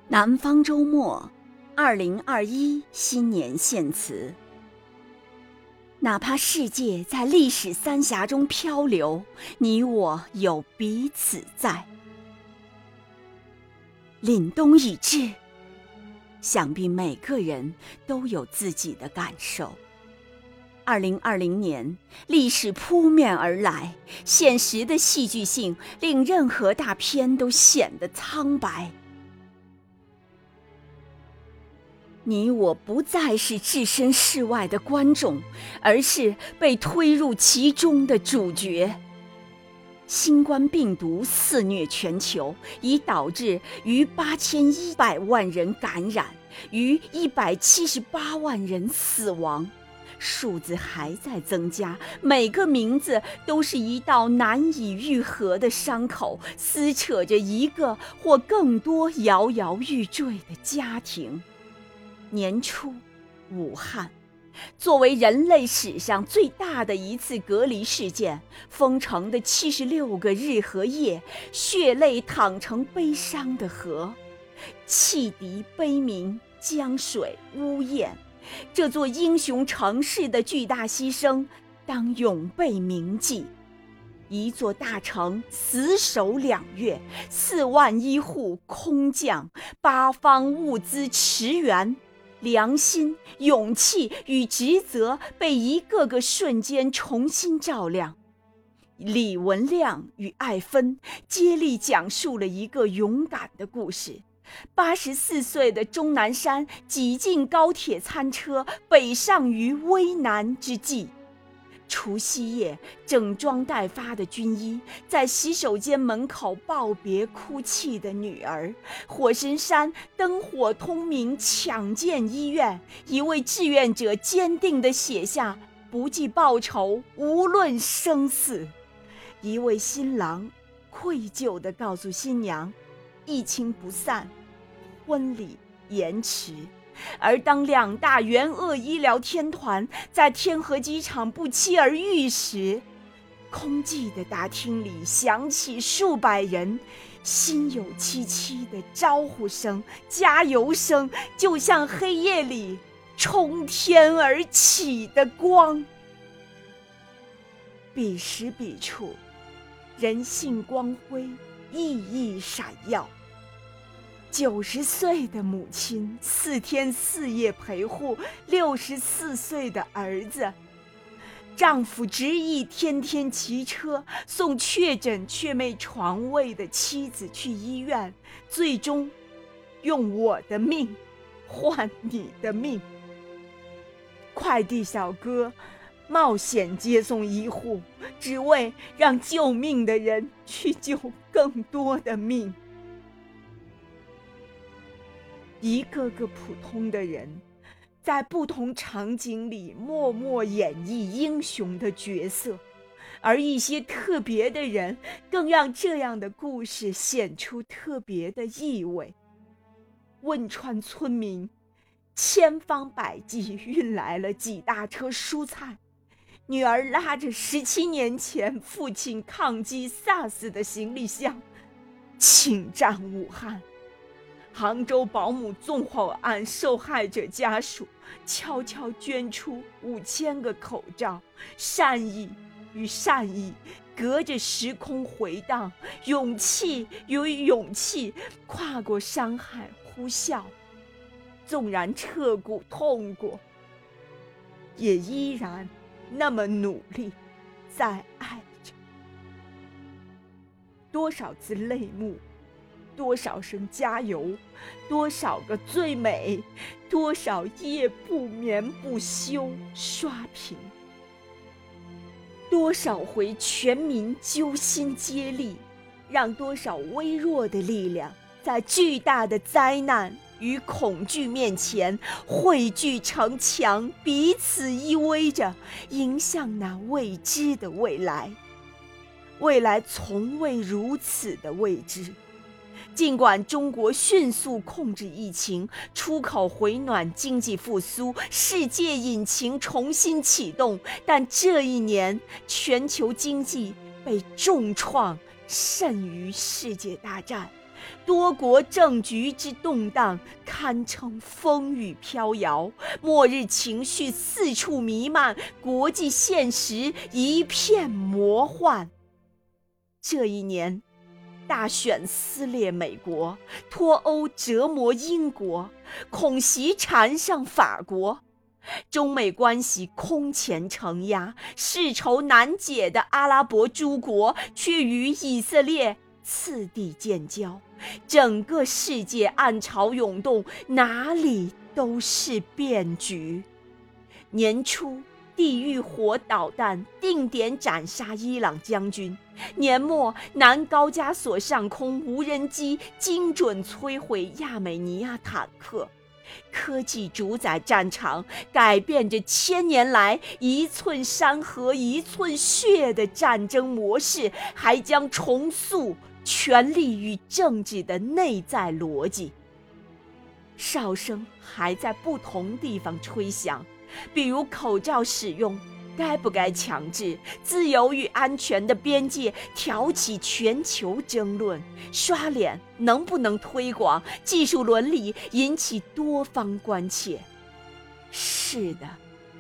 南方周末2021新年献词。哪怕世界在历史三峡中漂流，你我有彼此在。凛冬已至，想必每个人都有自己的感受。2020年，历史扑面而来，现实的戏剧性令任何大片都显得苍白。你我不再是置身事外的观众，而是被推入其中的主角。新冠病毒肆虐全球，已导致逾8100万人感染，逾178万人死亡，数字还在增加，每个名字都是一道难以愈合的伤口，撕扯着一个或更多摇摇欲坠的家庭。年初，武汉作为人类史上最大的一次隔离事件，封城的76个日和夜，血泪淌成悲伤的河，汽笛悲鸣，江水呜咽，这座英雄城市的巨大牺牲当永被铭记。一座大城死守2月，4万医护空降，八方物资驰援，良心、勇气与职责被一个个瞬间重新照亮。李文亮与艾芬接力讲述了一个勇敢的故事。84岁的钟南山挤进高铁餐车，北上于危难之际。除夕夜，整装待发的军医，在洗手间门口抱别哭泣的女儿。火神山灯火通明抢建医院，一位志愿者坚定地写下不计报酬，无论生死。一位新郎愧疚地告诉新娘，疫情不散，婚礼延迟。而当2大援鄂医疗天团在天河机场不期而遇时，空寂的大厅里响起数百人心有戚戚的招呼声、加油声，就像黑夜里冲天而起的光。彼时彼处，人性光辉熠熠闪耀。90岁的母亲4天4夜陪护64岁的儿子，丈夫执意天天骑车送确诊却没床位的妻子去医院，最终用我的命换你的命。快递小哥冒险接送医护，只为让救命的人去救更多的命。一个个普通的人，在不同场景里默默演绎英雄的角色，而一些特别的人，更让这样的故事显出特别的意味。汶川村民千方百计运来了几大车蔬菜，女儿拉着17年前父亲抗击 SARS 的行李箱，请战武汉。杭州保姆纵火案受害者家属悄悄捐出5000个口罩，善意与善意隔着时空回荡，勇气与勇气跨过伤害呼啸，纵然彻骨痛过，也依然那么努力在爱着。多少次泪目，多少声加油，多少个最美，多少夜不眠不休刷屏，多少回全民揪心接力，让多少微弱的力量在巨大的灾难与恐惧面前汇聚成墙，彼此依偎着，迎向那未知的未来。未来从未如此的未知。尽管中国迅速控制疫情，出口回暖，经济复苏，世界引擎重新启动，但这一年全球经济被重创，甚于世界大战。 多国政局之动荡堪称风雨飘摇，末日情绪四处弥漫，国际现实一片魔幻。这一年，大选撕裂美国，脱欧折磨英国，恐袭缠上法国，中美关系空前承压，世仇难解的阿拉伯诸国却与以色列次第建交，整个世界暗潮涌动，哪里都是变局。年初，地狱火导弹定点斩杀伊朗将军；年末，南高加索上空无人机精准摧毁亚美尼亚坦克。科技主宰战场，改变着千年来一寸山河一寸血的战争模式，还将重塑权力与政治的内在逻辑。哨声还在不同地方吹响，比如口罩使用该不该强制，自由与安全的边界挑起全球争论，刷脸能不能推广，技术伦理引起多方关切。是的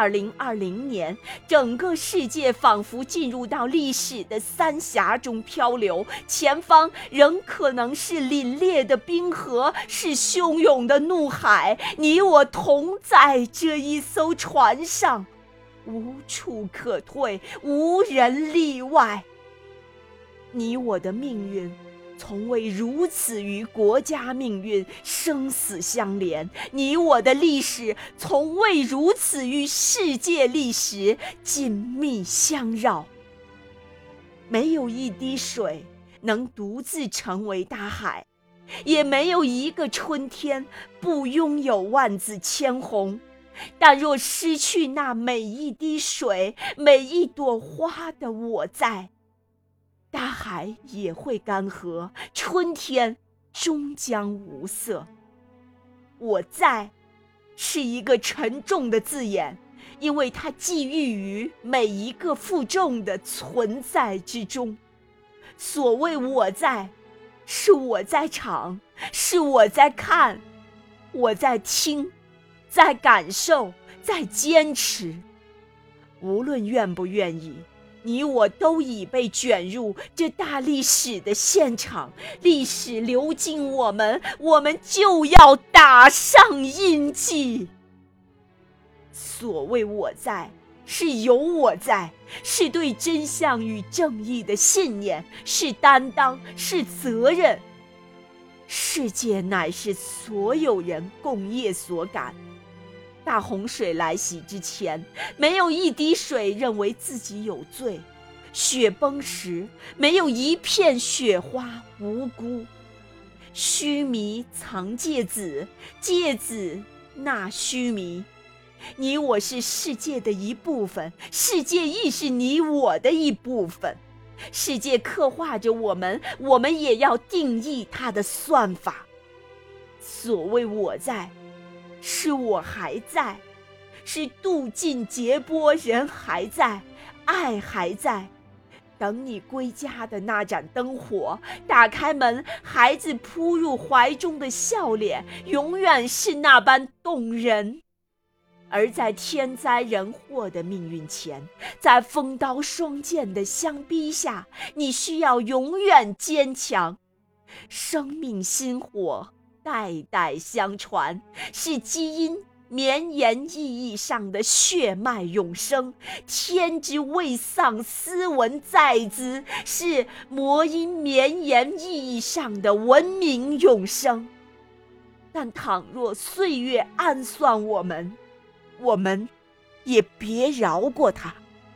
，2020年，整个世界仿佛进入到历史的三峡中漂流，前方仍可能是凛冽的冰河，是汹涌的怒海，你我同在这一艘船上，无处可退，无人例外。你我的命运从未如此与国家命运生死相连，你我的历史从未如此与世界历史紧密相绕。没有一滴水能独自成为大海，也没有一个春天不拥有万紫千红。但若失去那每一滴水，每一朵花的我在，大海也会干涸，春天终将无色。我在是一个沉重的字眼，因为它寄寓于每一个负重的存在之中。所谓我在，是我在场，是我在看，我在听，在感受，在坚持。无论愿不愿意，你我都已被卷入这大历史的现场，历史流进我们，我们就要打上印记。所谓我在，是有我在，是对真相与正义的信念，是担当，是责任。世界乃是所有人共业所感。大洪水来袭之前，没有一滴水认为自己有罪；雪崩时，没有一片雪花无辜。须弥藏芥子，芥子纳须弥。你我是世界的一部分，世界亦是你我的一部分。世界刻画着我们，我们也要定义它的算法。所谓我在，是我还在，是渡尽劫波人还在，爱还在。等你归家的那盏灯火，打开门，孩子扑入怀中的笑脸，永远是那般动人。而在天灾人祸的命运前，在锋刀双剑的相逼下，你需要永远坚强。生命薪火代代相传，是基因绵延意义上的血脉永生，天之未丧斯文在兹，是魔音绵延意义上的文明永生。但倘若岁月暗算我们也别饶过它。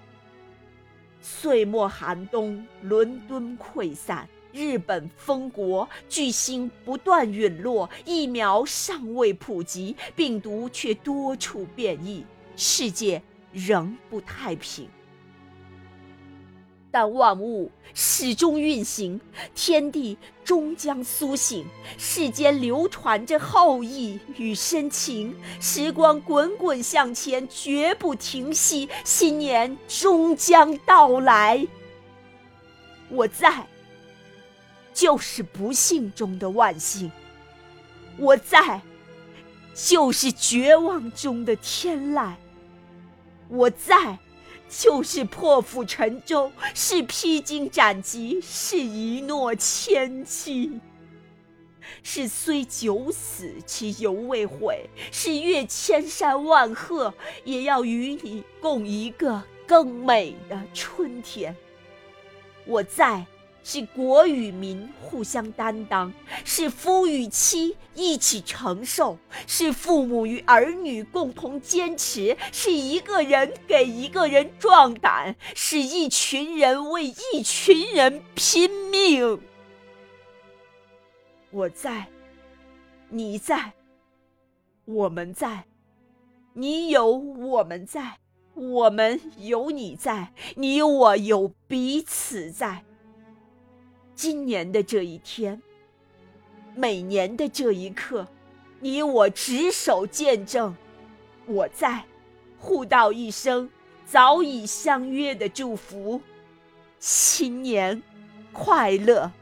岁末寒冬，伦敦溃散，日本封国，巨星不断陨落，疫苗尚未普及，病毒却多处变异，世界仍不太平。但万物始终运行，天地终将苏醒，世间流传着厚意与深情，时光滚滚向前，绝不停息，新年终将到来。我在， 就是不幸中的万幸，我在就是绝望中的天籁，我在就是破釜沉舟，是披荆斩棘，是一诺千金，是虽九死其犹未悔，是越千山万壑也要与你共一个更美的春天。我在是国与民互相担当，是夫与妻一起承受，是父母与儿女共同坚持，是一个人给一个人壮胆，是一群人为一群人拼命。我在，你在，我们在，你有我们在，我们有你在，你我有彼此在。今年的这一天，每年的这一刻，你我执手见证，我在，互道一声早已相约的祝福，新年快乐。